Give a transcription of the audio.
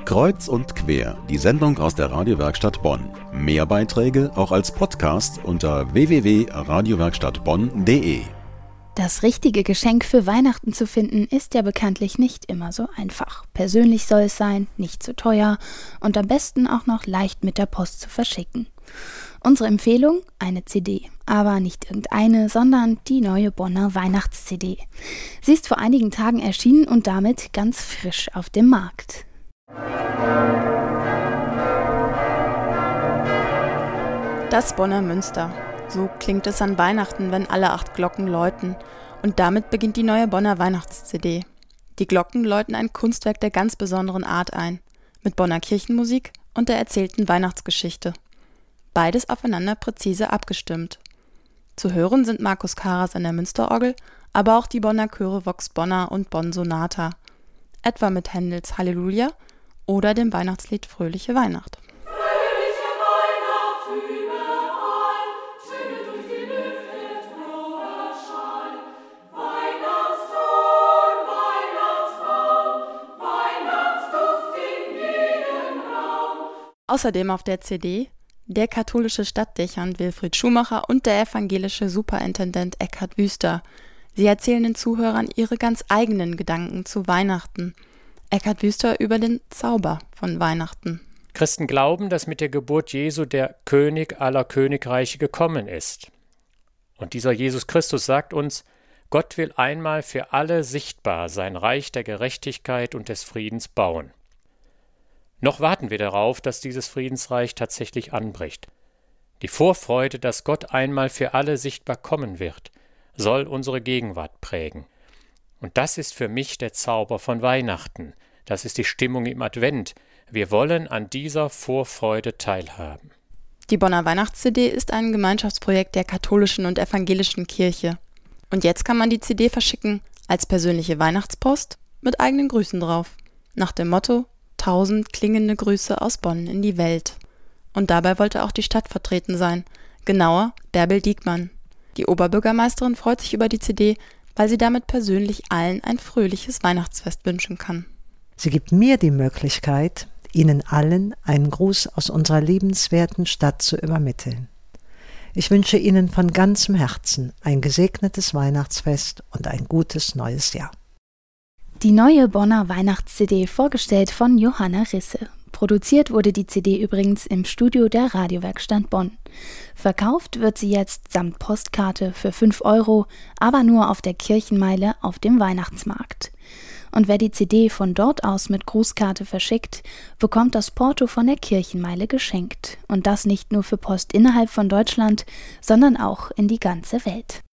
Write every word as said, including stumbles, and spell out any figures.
Kreuz und quer, die Sendung aus der Radiowerkstatt Bonn. Mehr Beiträge auch als Podcast unter w w w punkt radiowerkstattbonn punkt d e. Das richtige Geschenk für Weihnachten zu finden, ist ja bekanntlich nicht immer so einfach. Persönlich soll es sein, nicht zu teuer und am besten auch noch leicht mit der Post zu verschicken. Unsere Empfehlung? Eine C D. Aber nicht irgendeine, sondern die neue Bonner Weihnachts-C D. Sie ist vor einigen Tagen erschienen und damit ganz frisch auf dem Markt. Das Bonner Münster. So klingt es an Weihnachten, wenn alle acht Glocken läuten. Und damit beginnt die neue Bonner Weihnachts-C D. Die Glocken läuten ein Kunstwerk der ganz besonderen Art ein. Mit Bonner Kirchenmusik und der erzählten Weihnachtsgeschichte. Beides aufeinander präzise abgestimmt. Zu hören sind Markus Karas an der Münsterorgel, aber auch die Bonner Chöre Vox Bonner und Bonn Sonata. Etwa mit Händels Halleluja oder dem Weihnachtslied Fröhliche Weihnacht. Außerdem auf der C D der katholische Stadtdechant Wilfried Schumacher und der evangelische Superintendent Eckhard Wüster. Sie erzählen den Zuhörern ihre ganz eigenen Gedanken zu Weihnachten. Eckhard Wüster über den Zauber von Weihnachten. Christen glauben, dass mit der Geburt Jesu der König aller Königreiche gekommen ist. Und dieser Jesus Christus sagt uns, Gott will einmal für alle sichtbar sein Reich der Gerechtigkeit und des Friedens bauen. Noch warten wir darauf, dass dieses Friedensreich tatsächlich anbricht. Die Vorfreude, dass Gott einmal für alle sichtbar kommen wird, soll unsere Gegenwart prägen. Und das ist für mich der Zauber von Weihnachten. Das ist die Stimmung im Advent. Wir wollen an dieser Vorfreude teilhaben. Die Bonner Weihnachts-C D ist ein Gemeinschaftsprojekt der katholischen und evangelischen Kirche. Und jetzt kann man die C D verschicken als persönliche Weihnachtspost mit eigenen Grüßen drauf. Nach dem Motto: Tausend klingende Grüße aus Bonn in die Welt. Und dabei wollte auch die Stadt vertreten sein. Genauer Bärbel Diekmann. Die Oberbürgermeisterin freut sich über die C D, weil sie damit persönlich allen ein fröhliches Weihnachtsfest wünschen kann. Sie gibt mir die Möglichkeit, Ihnen allen einen Gruß aus unserer liebenswerten Stadt zu übermitteln. Ich wünsche Ihnen von ganzem Herzen ein gesegnetes Weihnachtsfest und ein gutes neues Jahr. Die neue Bonner Weihnachts-C D, vorgestellt von Johanna Risse. Produziert wurde die C D übrigens im Studio der Radiowerkstatt Bonn. Verkauft wird sie jetzt samt Postkarte für fünf Euro, aber nur auf der Kirchenmeile auf dem Weihnachtsmarkt. Und wer die C D von dort aus mit Grußkarte verschickt, bekommt das Porto von der Kirchenmeile geschenkt. Und das nicht nur für Post innerhalb von Deutschland, sondern auch in die ganze Welt.